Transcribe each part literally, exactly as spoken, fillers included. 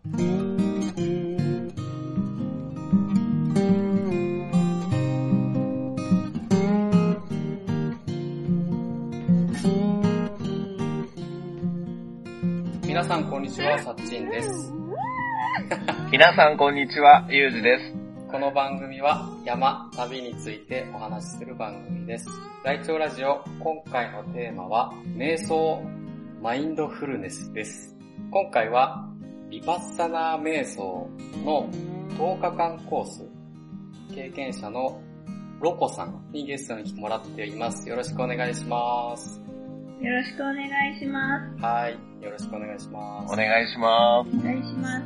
皆さんこんにちは、さっちんです。 皆さんこんにちは、ゆうじです。 この番組は山、旅についてお話しする番組です。ライチョウラジオ、今回のテーマは瞑想、マインドフルネスです。今回はヴィパッサナー瞑想のとおかかんコース経験者のロコさんにゲストに来てもらっています。よろしくお願いします。 よろしくお願いします。 はい、よろしくお願いします。 お願いします。 お願いします。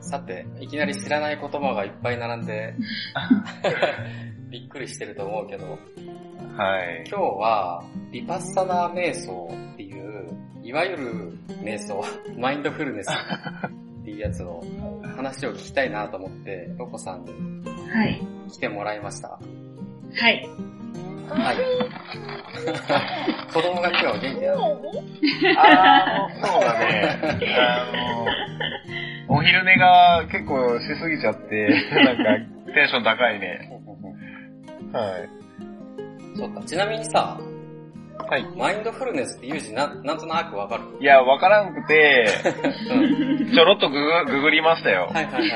さて、いきなり知らない言葉がいっぱい並んでびっくりしてると思うけど、 はい。 今日はヴィパッサナー瞑想っていういわゆる瞑想、マインドフルネスっていうやつの話を聞きたいなと思ってロコさんに来てもらいました。 はい。 はい。子供が今日は元気なの？ あー、そうだね。あの、お昼寝が結構しすぎちゃって、なんかテンション高いね。はい。 そうか。ちなみにさ、 はい。 マインドフルネスっていう字な、なんとなくわかる？ いや、わからんくて、うん、ちょろっとググ、ググりましたよ。 はいはいはいはい。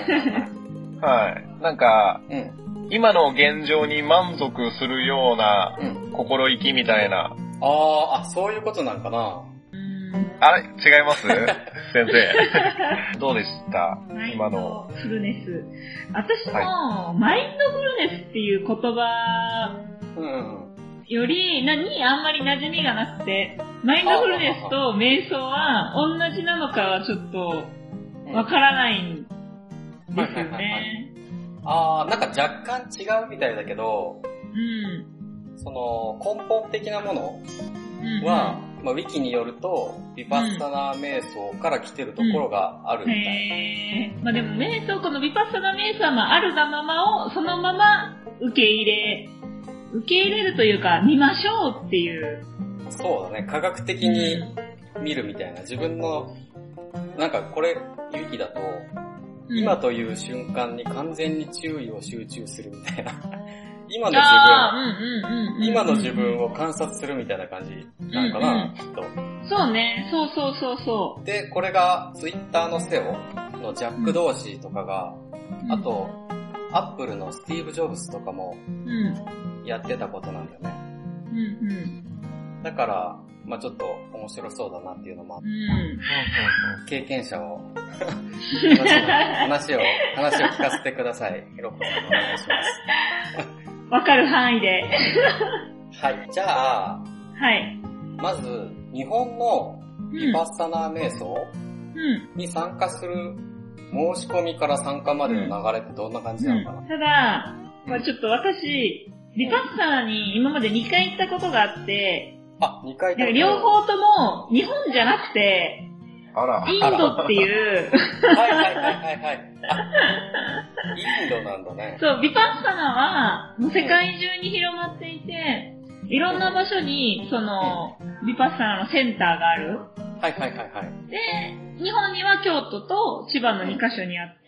はい。なんか、 うん。 今の現状に満足するような心意気みたいな。 うん、あー、あ、そういうことなんかな。 あれ違います先生。どうでした今の。 フルネス。私も、はい、マインドフルネスっていう言葉より、何あんまり馴染みがなくて、マインドフルネスと瞑想は同じなのかはちょっとわからないんですよね。 あー、なんか若干違うみたいだけど、 うん、 その根本的なものは、うんうん、まあ、ウィキによるとヴィパッサナー瞑想から来てるところがあるみたい。うん、 へー。まあでも瞑想、このヴィパッサナー瞑想はあるがままをそのまま受け入れ、受け入れるというか見ましょうっていう。 そうだね、科学的に見るみたいな、自分の、なんかこれウィキだと、今という瞬間に完全に注意を集中するみたいな。今の自分、今の自分を観察するみたいな感じなのかな、うんうん、きっと。 そうね、そうそうそうそう。 で、これがツイッターのセオのジャック・ドーシーとかが、うん、あと、アップルのスティーブ・ジョブズとかもやってたことなんだよね。 うんうん、 だから、まあちょっと面白そうだなっていうのもあって、 うん、 経験者を話を話を聞かせてください。ロコさんお願いします。 わかる範囲で。 はい、じゃあ、 はい。 まず日本のヴィパッサナー瞑想に参加する申し込みから参加までの流れってどんな感じなのかな？ うん、ただ、まあちょっと私ヴィパッサナーに今までにかい行ったことがあって。 あ、にかいとも。 両方とも、日本じゃなくて、 あらインドっていう。 はいはいはいはいはい。インドなんだね。 そう、ヴィパッサナーは、もう世界中に広まっていて、いろんな場所に、その、ヴィパッサナーのセンターがある。 はいはいはいはい。 で、日本には京都と千葉のにカ所にあって、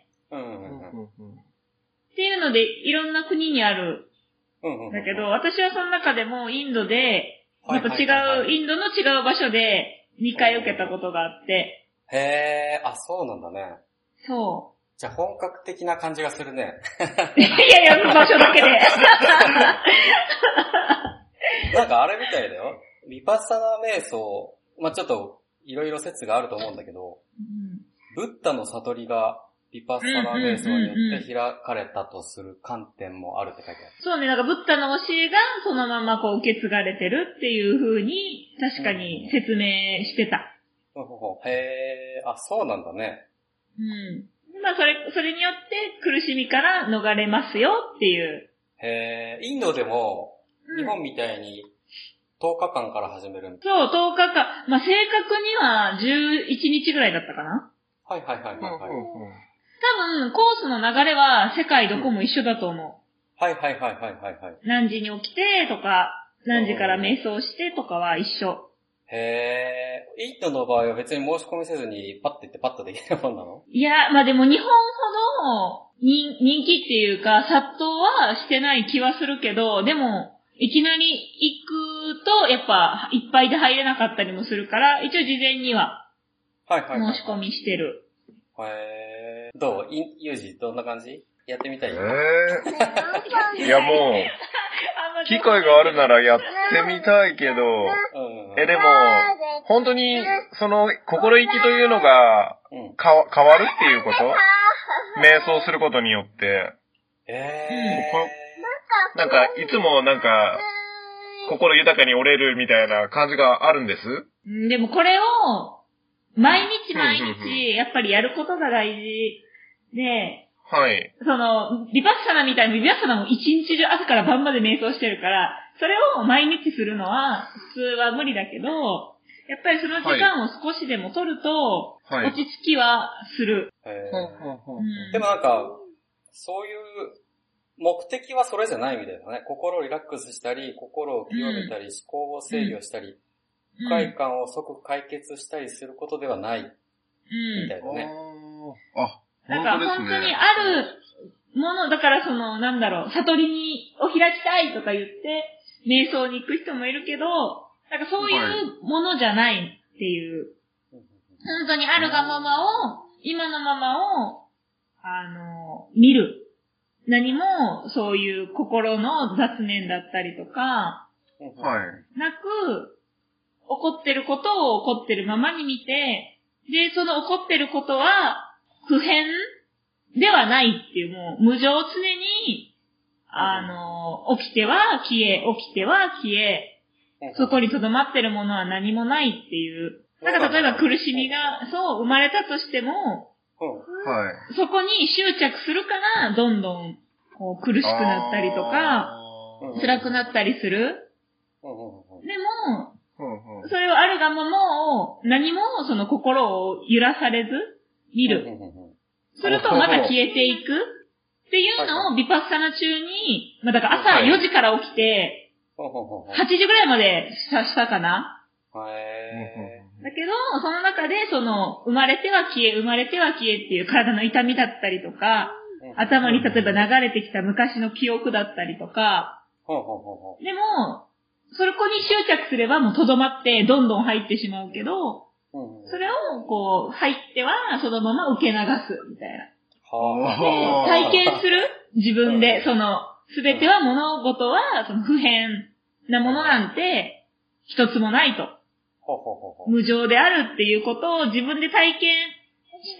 うんうんうんうん、 っていうので、いろんな国にある。だけど、私はその中でもインドで、また違う、インドの違う場所でにかい受けたことがあって。 へー、あ、そうなんだね。 そう。 じゃあ本格的な感じがするね。 いやいや、場所だけで。 なんかあれみたいだよ。ヴィパッサナー瞑想、まあちょっといろいろ説があると思うんだけど、うん、ブッダの悟りがヴィパッサナー瞑想によって開かれたとする観点もあるって書いてある。 そうね、なんかブッダの教えがそのままこう受け継がれてるっていう風に確かに説明してた。 うん、へー、あ、そうなんだね。 うん。まあそれ、それによって苦しみから逃れますよっていう。 へー、インドでも日本みたいにとおかかんから始めるんだ、 うん、そう、とおかかん。まあ正確にはじゅういちにちぐらいだったかな。 はいはいはいはい、はい。 多分、コースの流れは世界どこも一緒だと思う。うん、 はいはいはいはいはい、はい。 何時に起きてとか、何時から瞑想してとかは一緒。 へへー。インドの場合は別に申し込みせずにパッて行ってパッとできるもんなの？ いや、まあでも日本ほど人人気っていうか殺到はしてない気はするけど、でもいきなり行くとやっぱいっぱいで入れなかったりもするから、一応事前には申し込みしてる。 へー。どう？ユージどんな感じ？やってみたい？ えー、いやもう、機会があるならやってみたいけど、うん、え、でも、本当に、その、心意気というのが、か、変わるっていうこと？瞑想することによって。 えー、なんか、いつもなんか、心豊かに折れるみたいな感じがあるんです？ でもこれを、毎日毎日、やっぱりやることが大事で、 はい。 その、ビパッサナみたいに、ビパッサナも一日中朝から晩まで瞑想してるから、それを毎日するのは普通は無理だけど、やっぱりその時間を少しでも取ると、落ち着きはする。 はいへー、でもなんか、そういう目的はそれじゃないみたいなね。心をリラックスしたり、心を清めたり、うん、思考を制御したり、不快感を即解決したりすることではない、みたいなね。 うん、あだから本当にあるもの、だからその、なんだろう、悟りに、を開きたいとか言って、瞑想に行く人もいるけど、なんかそういうものじゃないっていう、はい、本当にあるがままを、今のままを、あの、見る。何も、そういう心の雑念だったりとか、 はい。 なく、起こってることを起こってるままに見て、で、その起こってることは、普遍ではないっていう、もう無常常に、あの、起きては消え、起きては消え、そこに留まってるものは何もないっていう。なんか例えば苦しみが、そう生まれたとしても、 はい。 そこに執着するから、どんどんこう苦しくなったりとか、辛くなったりする。でも、それをあるがままを、何もその心を揺らされず、見る。するとまた消えていくっていうのをビパッサナ中に、まあだから朝よじから起きて、はちじぐらいまでしたかな。だけど、その中でその、生まれては消え、生まれては消えっていう体の痛みだったりとか、頭に例えば流れてきた昔の記憶だったりとか、でも、そこに執着すればもう留まってどんどん入ってしまうけど、それを、こう、入っては、そのまま受け流す、みたいな。 は体験する自分で、その、すべては物事は、その普遍なものなんて、一つもないと。無常であるっていうことを自分で体験して、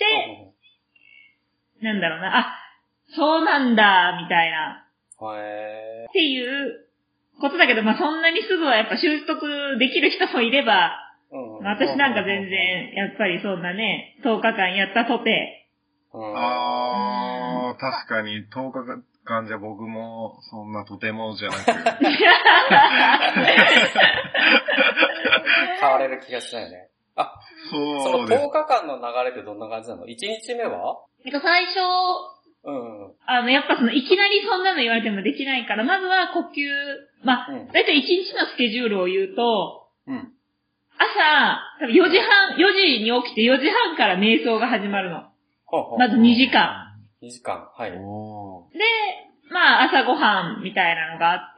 なんだろうな、あ、そうなんだ、みたいな。っていうことだけど、まあ、そんなにすぐはやっぱ習得できる人もいれば、私なんか全然、やっぱりそんなね、とおかかんやったとて。 ああ、確かにとおかかんじゃ僕もそんなとてもじゃなく。 変われる気がしないね。あ、 そうそのとおかかんの流れってどんな感じなの？ いち 日目は？ えっと、最初、 うん、 あの、やっぱその、いきなりそんなの言われてもできないから、まずは呼吸、まあ、うん、だいたいいちにちのスケジュールを言うと、 うん朝、多分よじはん、よじに起きてよじはんから瞑想が始まるの。 ほうほうまずにじかん。にじかん、はい。で、 まあ朝ごはんみたいなのがあって、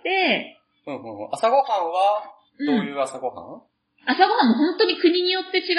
うんうんうん、朝ごはんは、どういう朝ごはん、うん、 朝ごはんも本当に国によって違って、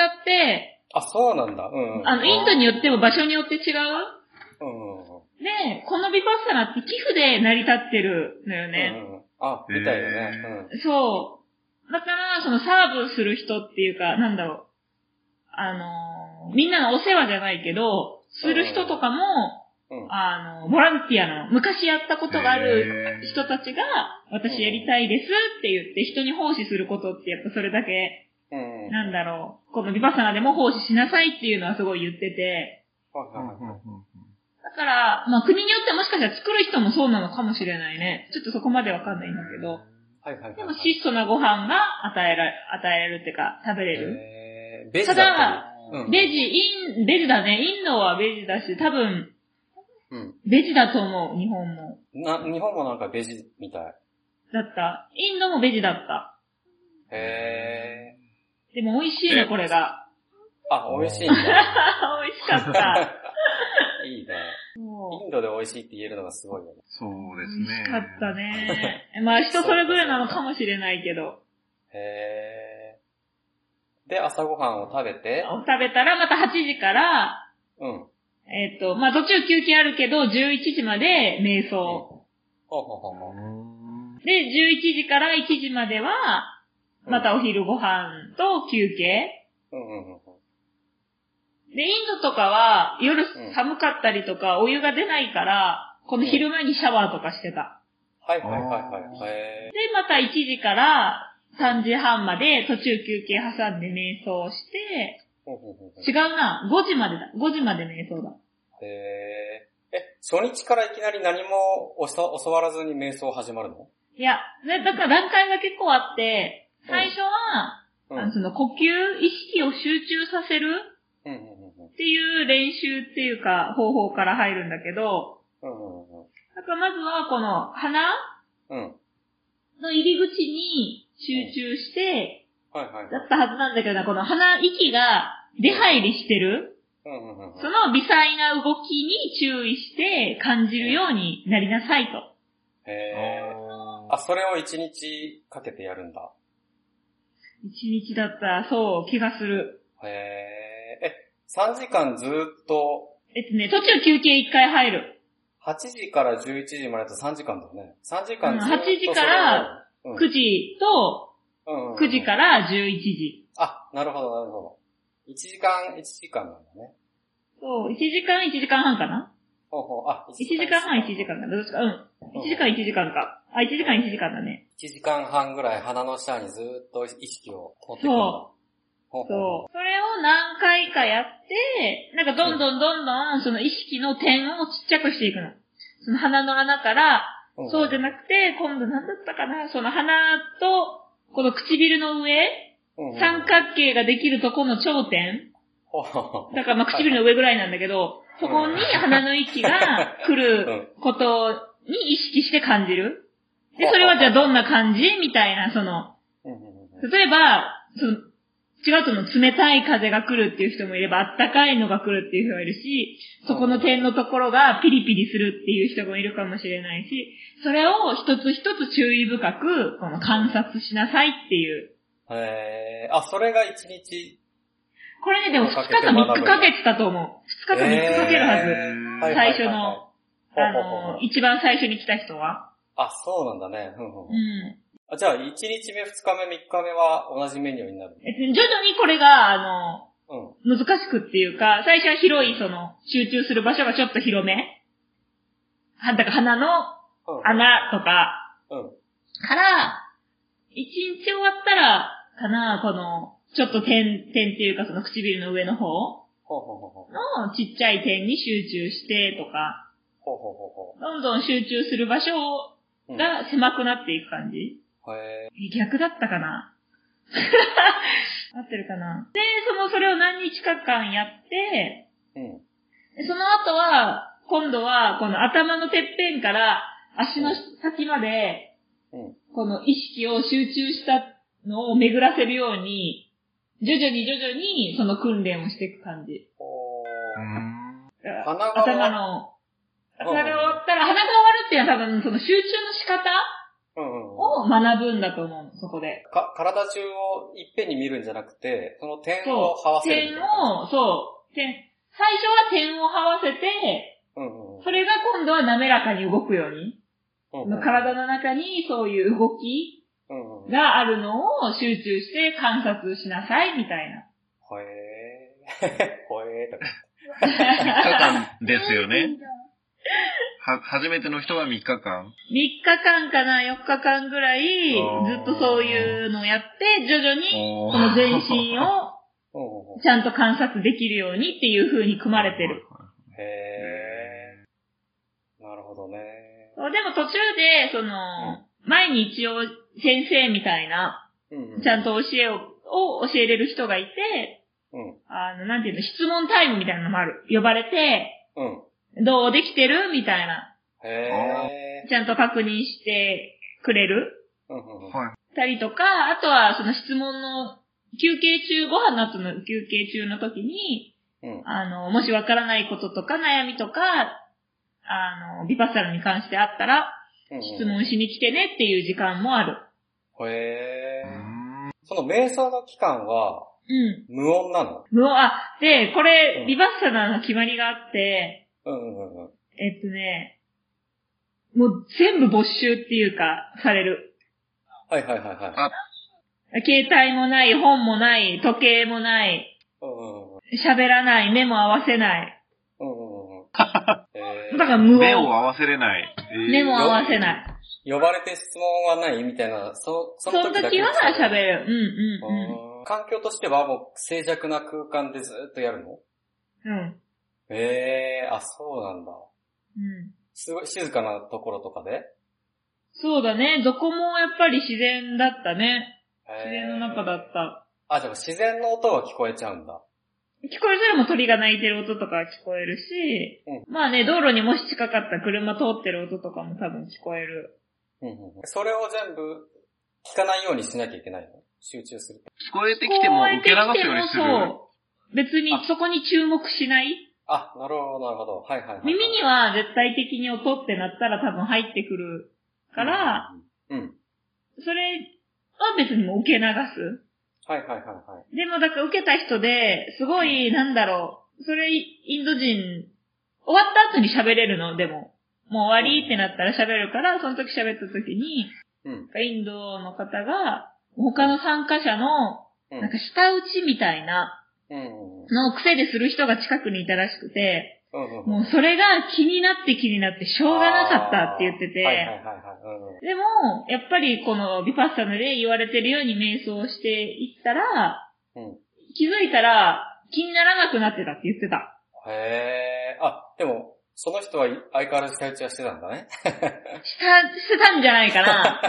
あ、そうなんだ。うんうん、 あの、インドによっても場所によって違う。 うんうん、 で、このビパッサナって寄付で成り立ってるのよね。 うんうん、あ、みたいよね、 うん。そう。だから、そのサーブする人っていうか、なんだろう。あのー、みんなのお世話じゃないけど、する人とかも、うんうん、あの、ボランティアの、昔やったことがある人たちが、私やりたいですって言って、人に奉仕することってやっぱそれだけ、うん、なんだろう。このビパッサナでも奉仕しなさいっていうのはすごい言ってて、だから、まあ国によってはもしかしたら作る人もそうなのかもしれないね。ちょっとそこまでわかんないんだけど。 はいはいはいはい、 でも質素なご飯が与えられ、与えられるっていうか、食べれる。 えー、ベジだったり。ただ、 うん、ベジ、イン、ベジだね。インドはベジだし、多分、 うん、 ベジだと思う、日本も。 な、日本もなんかベジみたい。 だった。インドもベジだった。 へでも美味しいね、これが。 あ、美味しいんだ。 美味しかった。 いいね。インドで美味しいって言えるのがすごいよね。 そうですね。 美味しかったね。まあ人それぞれなのかもしれないけど。 へー。で、朝ごはんを食べて食べたらまたはちじから、 うん。 えっと、まあ途中休憩あるけど、じゅういちじまで瞑想。うん、 ほうほうほうほう。で、じゅういちじからいちじまでは、またお昼ご飯と休憩。 うんうんうん。 で、インドとかは夜寒かったりとかお湯が出ないから、この昼間にシャワーとかしてた。 はいはいはいはい。で、 またいちじからさんじはんまで途中休憩挟んで瞑想して、違うな、ごじまでだ。ごじまで瞑想だ。 へー。え、初日からいきなり何も教わらずに瞑想始まるの？ いや、ね、だから段階が結構あって、最初は、うん、あのその呼吸、意識を集中させるっていう練習っていうか方法から入るんだけど、だからまずはこの鼻の入り口に集中して、だったはずなんだけどな、この鼻、息が出入りしてる、その微細な動きに注意して感じるようになりなさいと。 へー。あ、それを一日かけてやるんだ。 一日だったらそう気がする。 へー。え、さんじかんずっと。 えっとね、途中休憩いっかい入る。 はちじからじゅういちじまでだとさんじかんだね。さんじかんずっと、うん。 はちじからくじと、くじからじゅういちじ。 あ、なるほどなるほど。いちじかん、いちじかんなんだね。 そう、いちじかん、いちじかんはんかな。 ほうほう、あ、 いちじかんはん、いちじかんかな。どっちか、うん。いちじかん、いちじかんか。あ、いちじかん、いちじかんだね。 いちじかんはんぐらい鼻の下にずっと意識を持ってくるんだ。 そう。そう。それを何回かやって、なんかどんどんどんどんその意識の点をちっちゃくしていくの。その鼻の穴から、そうじゃなくて、今度何だったかな、その鼻と、この唇の上、三角形ができるとこの頂点。だからまあ唇の上ぐらいなんだけど、そこに鼻の息が来ることに意識して感じる。で、それはじゃあどんな感じみたいな、その、例えば、その違うとの冷たい風が来るっていう人もいれば、あったかいのが来るっていう人がいるし、そこの点のところがピリピリするっていう人もいるかもしれないし、それを一つ一つ注意深く、この観察しなさいっていう。 へー。あ、それが一日。 これね、でも二日か三日かけてたと思う。二日か三日かけるはず。最初の、あの、一番最初に来た人は。 あ、そうなんだね。うん。 うんあ、じゃあ、いちにちめ、ふつかめ、みっかめは同じメニューになる？ え徐々にこれが、あの、うん、難しくっていうか、最初は広い、その、集中する場所がちょっと広め。は、だから鼻の穴とか、うん。から、一日終わったら、かな、この、ちょっと点、点っていうかその唇の上の方のちっちゃい点に集中してとか、どんどん集中する場所が狭くなっていく感じ。 へー、逆だったかな合ってるかな。で、その、それを何日か間やって、うん、その後は、今度は、この頭のてっぺんから足の先まで、うん、この意識を集中したのを巡らせるように、徐々に徐々にその訓練をしていく感じ。 鼻が頭の、鼻が終わったら、鼻が終わるっていうのは多分その集中の仕方を学ぶんだと思う、そこで。 か、体中をいっぺんに見るんじゃなくて、その点を這わせる。 点を、そう、点、最初は点を合わせて、うんうん、それが今度は滑らかに動くように、うんうん、体の中にそういう動きがあるのを集中して観察しなさいみたいな。 ほえー。ほえーとか。 みっかかんですよね。は、初めての人はみっかかん ? みっかかんかな、よっかかんぐらい、ずっとそういうのをやって、徐々に、この全身を、ちゃんと観察できるようにっていう風に組まれてる。 へー。なるほどね。 でも途中で、その、前に一応先生みたいな、ちゃんと教えを、を教えれる人がいて、あの、なんていうの、質問タイムみたいなのもある。呼ばれて、どうできてるみたいな。 へー。 ちゃんと確認してくれる。 はい。 たりとか、あとはその質問の休憩中、ご飯の後の休憩中の時に、うん、あの、もしわからないこととか悩みとか、あの、ビパッサナに関してあったら、うんうん、質問しに来てねっていう時間もある。 へー。その瞑想の期間は、うん、無音なの？ 無音、あ、で、これ、うん、ビパッサナの決まりがあって、 うんうんうん、 えっとね、もう全部没収っていうか、される。 はいはいはいはい。 携帯もない、本もない、時計もない、喋、うん、らない、目も合わせない。 うんうんうん、 えー、だから無音。 目を合わせれない。 えー、目も合わせない。 呼ばれて質問はないみたいな、そ、 その時だけその時は喋る。うんうんうん。環境としてはもう静寂な空間でずっとやるの？ うん。 ええー、あ、そうなんだ。 うん。 すごい静かなところとかで？ そうだね。どこもやっぱり自然だったね。自然の中だった。 あ、でも自然の音は聞こえちゃうんだ。 聞こえたらも鳥が鳴いてる音とか聞こえるし、うん、まあね、道路にもし近かった車通ってる音とかも多分聞こえる。 うんうん、それを全部聞かないようにしなきゃいけないの？集中する。 聞こえてきても受け流すようにする。 そう。別にそこに注目しない。 あ、なるほど、なるほど。はいはいはい、はい。 耳には絶対的に音ってなったら多分入ってくるから、 うん。うん、 それは別にもう受け流す。 はいはいはいはい。 でもだから受けた人で、すごい、なんだろう、それインド人、終わった後に喋れるの、でも。もう終わりってなったら喋るから、その時喋った時に、うん、インドの方が、他の参加者の、なんか舌打ちみたいな、の癖でする人が近くにいたらしくて、もうそれが気になって気になってしょうがなかったって言ってて、でも、やっぱりこのビパッサナで言われてるように瞑想していったら、うん、気づいたら気にならなくなってたって言ってた。 へー。あ、でも、その人は相変わらず舌打ちはしてたんだね。 した、してたんじゃないかな。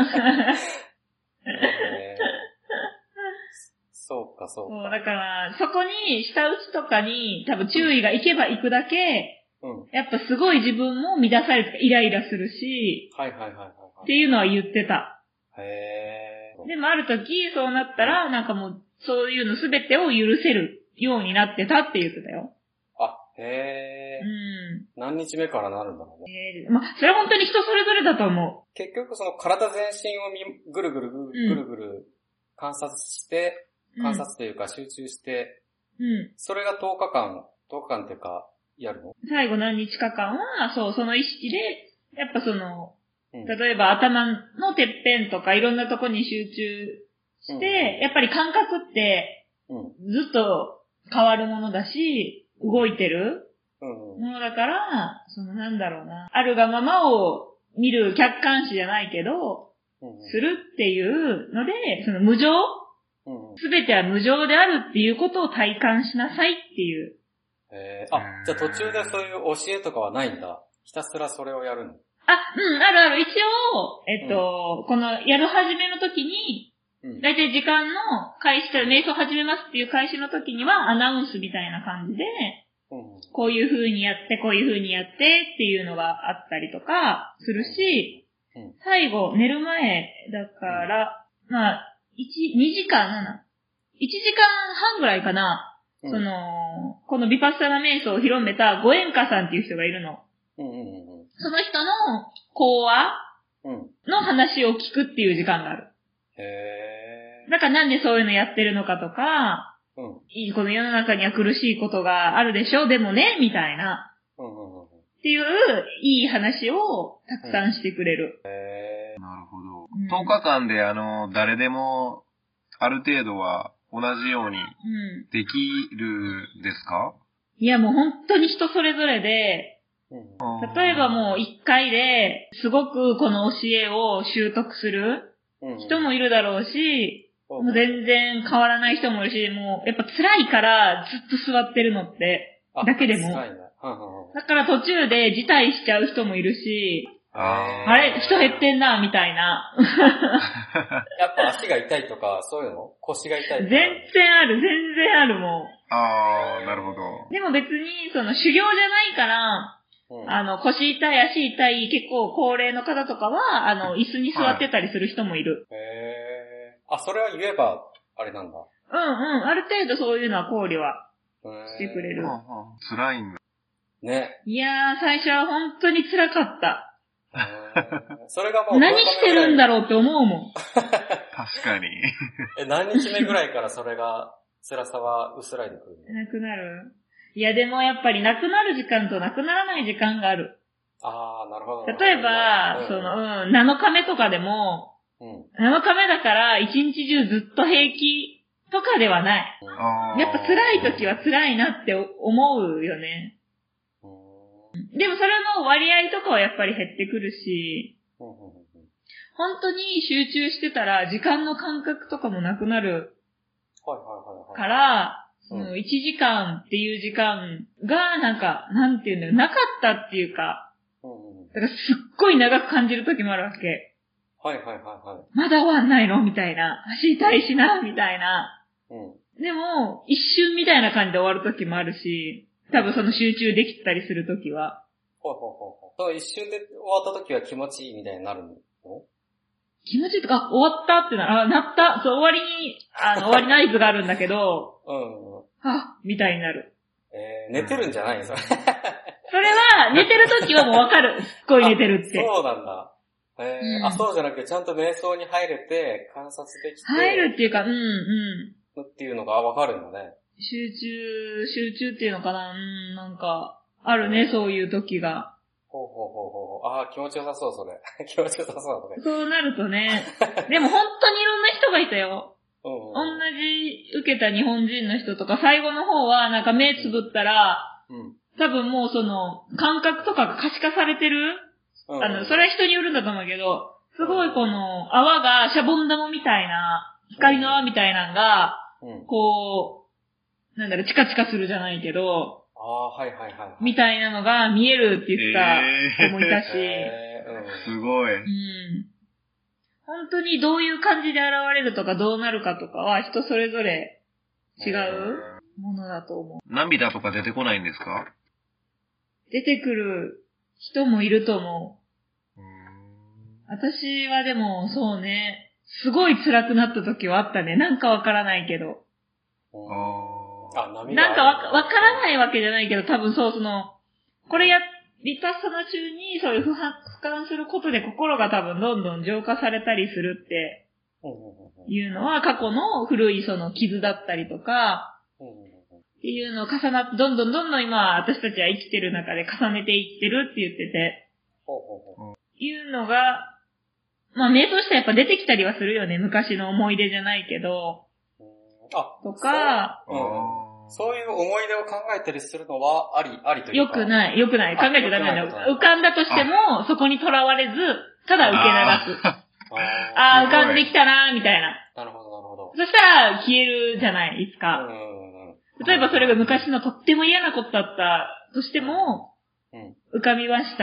そうか、そうか。 そう、だから、そこに、舌打ちとかに、多分注意がいけばいくだけ、うん、やっぱすごい自分も乱されて、イライラするし、 はいはいはいはい、はい。 っていうのは言ってた。 へー。 でもある時、そうなったら、なんかもう、そういうのすべてを許せるようになってたって言ってたよ。 あ、へー。うん。何日目からなるんだろうね。 へー。まあ、それは本当に人それぞれだと思う。 結局その体全身をみぐるぐるぐるぐるぐる観察して、うん、観察というか集中して、うん。それがとおかかん、とおかかんっていうか、やるの？ 最後何日か間は、そう、その意識で、やっぱその、うん、例えば頭のてっぺんとかいろんなとこに集中して、うん、やっぱり感覚って、ずっと変わるものだし、動いてるものだから、そのなんだろうな、あるがままを見る客観視じゃないけど、するっていうので、その無常すべては無常であるっていうことを体感しなさいっていう。 へー。あ、じゃあ途中でそういう教えとかはないんだ。ひたすらそれをやるの？ あ、うん、あるある。一応、えっと、うん、このやる始めの時に、だいたい時間の開始から瞑想始めますっていう開始の時にはアナウンスみたいな感じで、うん、こういう風にやって、こういう風にやってっていうのがあったりとかするし、うんうん、最後寝る前だから、まあ、いち、にじかんなな。いちじかんはんぐらいかな。うん、その、このビパッサナ瞑想を広めたゴエンカさんっていう人がいるの。うんうんうん、その人の講話の話を聞くっていう時間がある。 へー。 だからなんでそういうのやってるのかとか、うん、この世の中には苦しいことがあるでしょ、でもね、みたいな。うんうんうん、っていういい話をたくさんしてくれる。 うん、へー。なるほど。うん、とおかかんであの、誰でもある程度は同じようにできるんですか？ いやもう本当に人それぞれで、例えばもう一回ですごくこの教えを習得する人もいるだろうし、もう全然変わらない人もいるし、もうやっぱ辛いからずっと座ってるのって、だけでも。だから途中で辞退しちゃう人もいるし、あ, あれ人減ってんな、みたいな。 やっぱ足が痛いとか、そういうの？腰が痛いとか。 全然ある、全然あるもん。 あー、なるほど。 でも別に、その修行じゃないから、うん、あの、腰痛い、足痛い、結構高齢の方とかは、あの、椅子に座ってたりする人もいる。 はい、へー。あ、それは言えば、あれなんだ。 うんうん、ある程度そういうのは考慮はしてくれる。 辛いんだ。 ね。 いやー、最初は本当に辛かった。 それがもう何してるんだろうって思うもん。 確かに。 え、何日目ぐらいからそれが、辛さは薄らいでくるの？ なくなる？いやでもやっぱりなくなる時間となくならない時間がある。 あー、なるほど。 例えば、うん、その、うん、なのかめとかでも、うん、なのかめだから一日中ずっと平気とかではない。うん、やっぱ辛い時は辛いなって思うよね。でもそれの割合とかはやっぱり減ってくるし、本当に集中してたら時間の感覚とかもなくなるから、そのいちじかんっていう時間がなんか、なんていうんだよ、なかったっていうか、だからすっごい長く感じる時もあるわけ。 はいはいはいはい。 まだ終わんないのみたいな。走りたいしなみたいな。でも、一瞬みたいな感じで終わる時もあるし、多分その集中できたりするときは。 ほうほうほうほう。その一瞬で終わったときは気持ちいいみたいになるの？ 気持ちいいとか、終わったってな、あ、なった。そう、終わりに、あの、終わりの合図があるんだけど、うん。はぁ、みたいになる。 えー、寝てるんじゃないのそれ。 それは、寝てるときはもうわかる。すっごい寝てるって。 そうなんだ。えーうん、あ、そうじゃなくて、ちゃんと瞑想に入れて、観察できて。 入るっていうか、うん、うん。 っていうのがわかるんだね。 集中、集中っていうのかな、うん、なんか、あるね、うん、そういう時が。 ほうほうほうほう。ああ、気持ちよさそう、それ。気持ちよさそうだね。 そうなるとね。でも本当にいろんな人がいたよ。うんうん、同じ受けた日本人の人とか、最後の方はなんか目つぶったら、うん、多分もうその、感覚とかが可視化されてる、うんうん、あの、それは人によるんだと思うけど、すごいこの、泡がシャボン玉みたいな、光の泡みたいなのが、うん、こう、なんだろう、チカチカするじゃないけど、 ああ、はいはいはい、はい。 みたいなのが見えるって言った子もいたし、 えーうん、すごい。 うん。本当にどういう感じで現れるとかどうなるかとかは人それぞれ違うものだと思う。 涙とか出てこないんですか？ 出てくる人もいると思う。うーん、私はでもそうね、すごい辛くなった時はあったね。なんかわからないけど。ああ、涙なんかわ、わからないわけじゃないけど、多分そう、その、これや、リタッサナ中にそういう不反、俯瞰することで心が多分どんどん浄化されたりするっていうのは過去の古いその傷だったりとか、っていうのを重なって、どんどんどんどん今私たちは生きてる中で重ねていってるって言ってて、いうのが、まあ瞑想してやっぱ出てきたりはするよね。昔の思い出じゃないけど、 あ、 とか、 そう、うん、そういう思い出を考えたりするのはあり、ありというか。 よくない、よくない。考えちゃダメなんだよ。浮かんだとしても、そこにとらわれず、ただ受け流す。ああ、浮かんできたなー、みたいな。 なるほど、なるほど。 そしたら消えるじゃない、いつか。うん、例えばそれが昔のとっても嫌なことだったとしても、うん、浮かびました。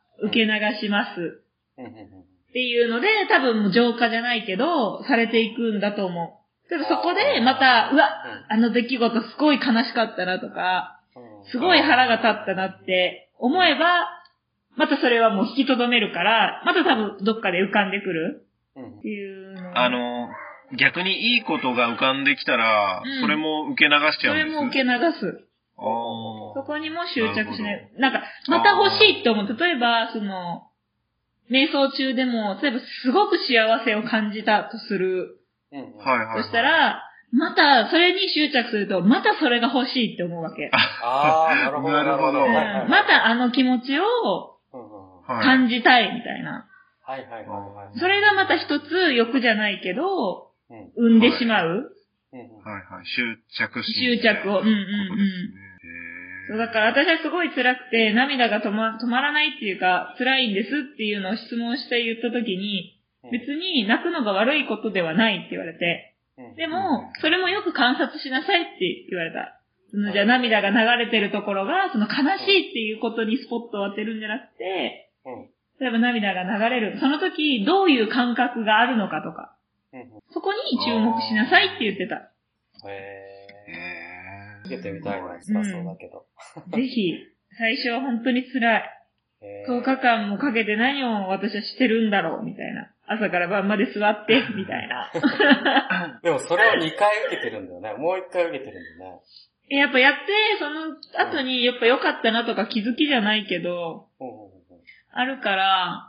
受け流します。うん、っていうので、多分もう浄化じゃないけど、されていくんだと思う。けどそこでまた、うわ、あの出来事すごい悲しかったなとか、すごい腹が立ったなって思えば、またそれはもう引きとどめるから、また多分どっかで浮かんでくるっていうの。 あの、逆にいいことが浮かんできたら、うん、それも受け流しちゃうんです。 それも受け流す。そこにも執着しない。な, なんか、また欲しいって思う。例えば、その、瞑想中でも、例えばすごく幸せを感じたとする。うんうん、はいはいはい、そしたら、また、それに執着すると、またそれが欲しいって思うわけ。 ああ、なるほど、なるほど。 うん、またあの気持ちを感じたいみたいな。 はいはいはいはい。 それがまた一つ欲じゃないけど、うん、生んでしまう。はいはい、執着し執着を。うんうんうん。そうだから私はすごい辛くて、涙が止ま、止まらないっていうか、辛いんですっていうのを質問して言ったときに、別に泣くのが悪いことではないって言われて、でも、それもよく観察しなさいって言われた。そのじゃあ涙が流れてるところが、その悲しいっていうことにスポットを当てるんじゃなくて、例えば涙が流れる。その時、どういう感覚があるのかとか、そこに注目しなさいって言ってた。 へー。受けてみたいな、辛そうだけど。 ぜひ、最初は本当に辛い。とおかかんもかけて何を私はしてるんだろうみたいな。 朝から晩まで座って、みたいな。 でもそれをにかい受けてるんだよね。もういっかい受けてるんだよね。 やっぱやって、その後にやっぱ良かったなとか気づきじゃないけど、うん、あるから、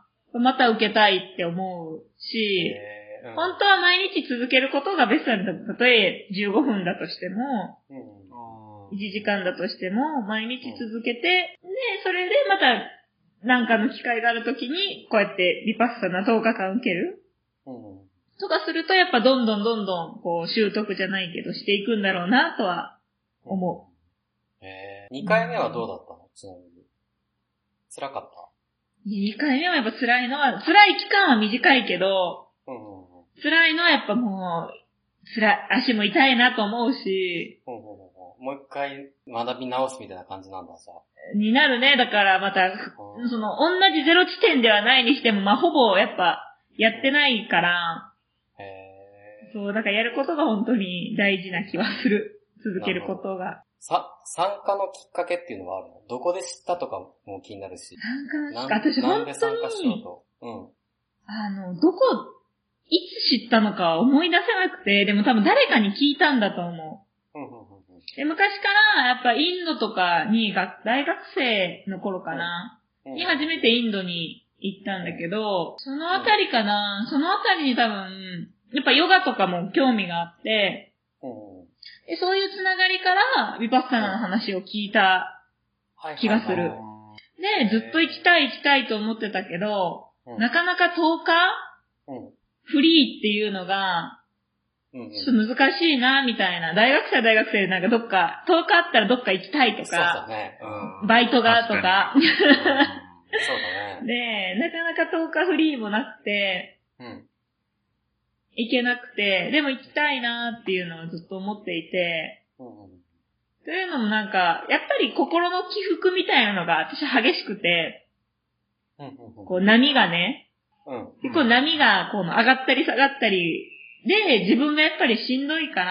また受けたいって思うし、うん、本当は毎日続けることがベストなんだ。たとえじゅうごふんだとしても、うん、いちじかんだとしても、毎日続けて、で、それでまた何かの機会があるときに、こうやってリパッサナとおかかん受ける、うん、とかすると、やっぱどんどんどんどん、こう、習得じゃないけどしていくんだろうなとは思う。へー。にかいめはどうだったの？ちなみに。辛かった？ にかいめはやっぱ辛いのは、辛い期間は短いけど、うんうんうん、辛いのはやっぱもう、辛い、足も痛いなと思うし、 うんうんうん、もう一回学び直すみたいな感じなんださ。 になるね。だからまた、うん、その、同じゼロ地点ではないにしても、まあ、ほぼやっぱ、やってないから、へー。そう、だからやることが本当に大事な気はする。続けることが。 さ、参加のきっかけっていうのはあるの？どこで知ったとかも気になるし。 参加のきっかけ？私本当に。なんで参加しようと。うん。あの、どこ、いつ知ったのか思い出せなくて、でも多分誰かに聞いたんだと思う。うんうんうんうん、で昔からやっぱインドとかにが大学生の頃かな、うんうん、に初めてインドに行ったんだけど、そのあたりかな、うん、そのあたりに多分、やっぱヨガとかも興味があって、うんでそういうつながりからヴィパッサナの話を聞いた気がする。はいはいはい、で、ずっと行きたい行きたいと思ってたけど、うん、なかなかとおか、うん、フリーっていうのが、ちょっと難しいな、みたいな。大学生は大学生でなんかどっか、とおかあったらどっか行きたいとか、そうだね。うん、バイトがとか。うん、そうだね。で、なかなかとおかフリーもなくて、うん行けなくて、でも行きたいなーっていうのをずっと思っていて、うんうん、というのもなんか、やっぱり心の起伏みたいなのが私激しくて、うんうんうん、こう波がね、うん、結構波がこう上がったり下がったりで、自分がやっぱりしんどいから、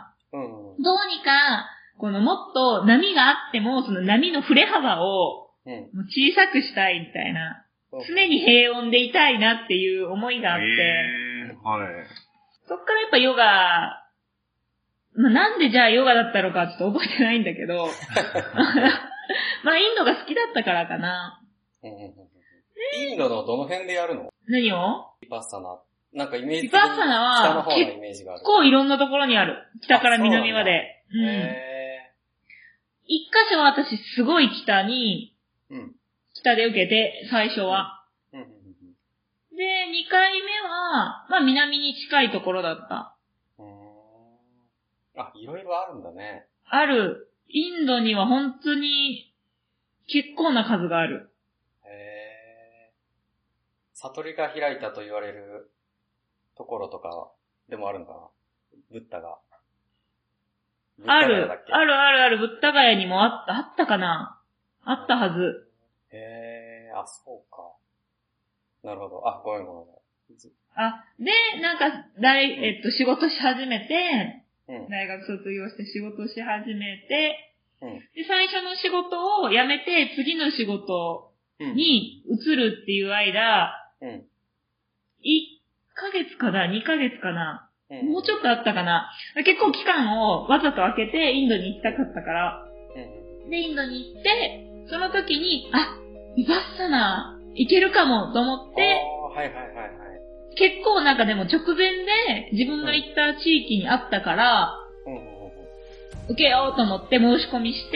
うんうん、どうにか、このもっと波があっても、その波の振れ幅を小さくしたいみたいな、うん、常に平穏でいたいなっていう思いがあって、えーはいそっからやっぱヨガ、まあ、なんでじゃあヨガだったのかちょっと覚えてないんだけど、まあインドが好きだったからかな。 インドのどの辺でやるの？ 何を？ ヴィパッサナ。なんかイメージ的に北の方のイメージがある。結構いろんなところにある。北から南まで。うん。へー。一箇所は私すごい北に、うん、北で受けて、最初は。うんうんで、二回目は、まあ南に近いところだった。 うーんあ、いろいろあるんだね。 ある。インドには本当に結構な数がある。へー。悟りが開いたと言われるところとかでもあるのかな？ブッダが。 ブッダガヤだっけ？ある、あるあるある。ブッダガヤにもあった、あったかな？あったはず。 へー、あ、そうか。なるほど。あ、ごめんごめん。 あ、で、なんか、大、えっと、仕事し始めて、うん、大学卒業して仕事し始めて、うん、で、最初の仕事を辞めて、次の仕事に移るっていう間、うん、いっかげつかな ?に ヶ月かな、うん、もうちょっとあったかな結構期間をわざと空けてインドに行きたかったから、うん、で、インドに行って、その時に、あ、ヴィパッサナ、いけるかもと思って、はいはいはいはい、結構なんかでも直前で自分が行った地域にあったから、うん、受けようと思って申し込みして、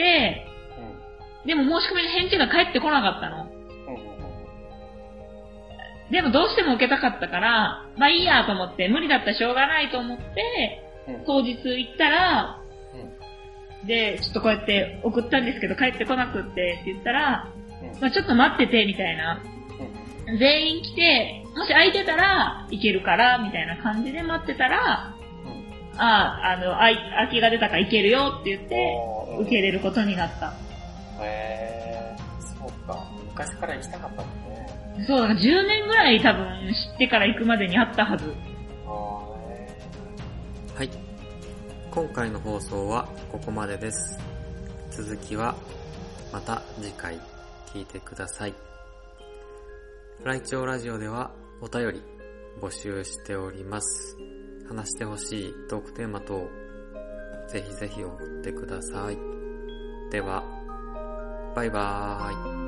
うん、でも申し込みの返事が返ってこなかったの。うん、でもどうしても受けたかったから、まあいいやと思って、無理だったらしょうがないと思って、うん、当日行ったら、うん、で、ちょっとこうやって送ったんですけど帰ってこなくってって言ったら、まあちょっと待ってて、みたいな。うん、全員来て、もし空いてたら、いけるから、みたいな感じで待ってたら、うん、ああ、あの、空きが出たからいけるよって言って、受け入れることになった。 へー、そうか。昔から行きたかったもんね。 そう、だからじゅうねんぐらい多分知ってから行くまでにあったはず。 はい。今回の放送はここまでです。続きはまた次回。聞いてください。ライチョウラジオではお便り募集しております。話してほしいトークテーマ等、ぜひぜひ送ってください。では、バイバーイ。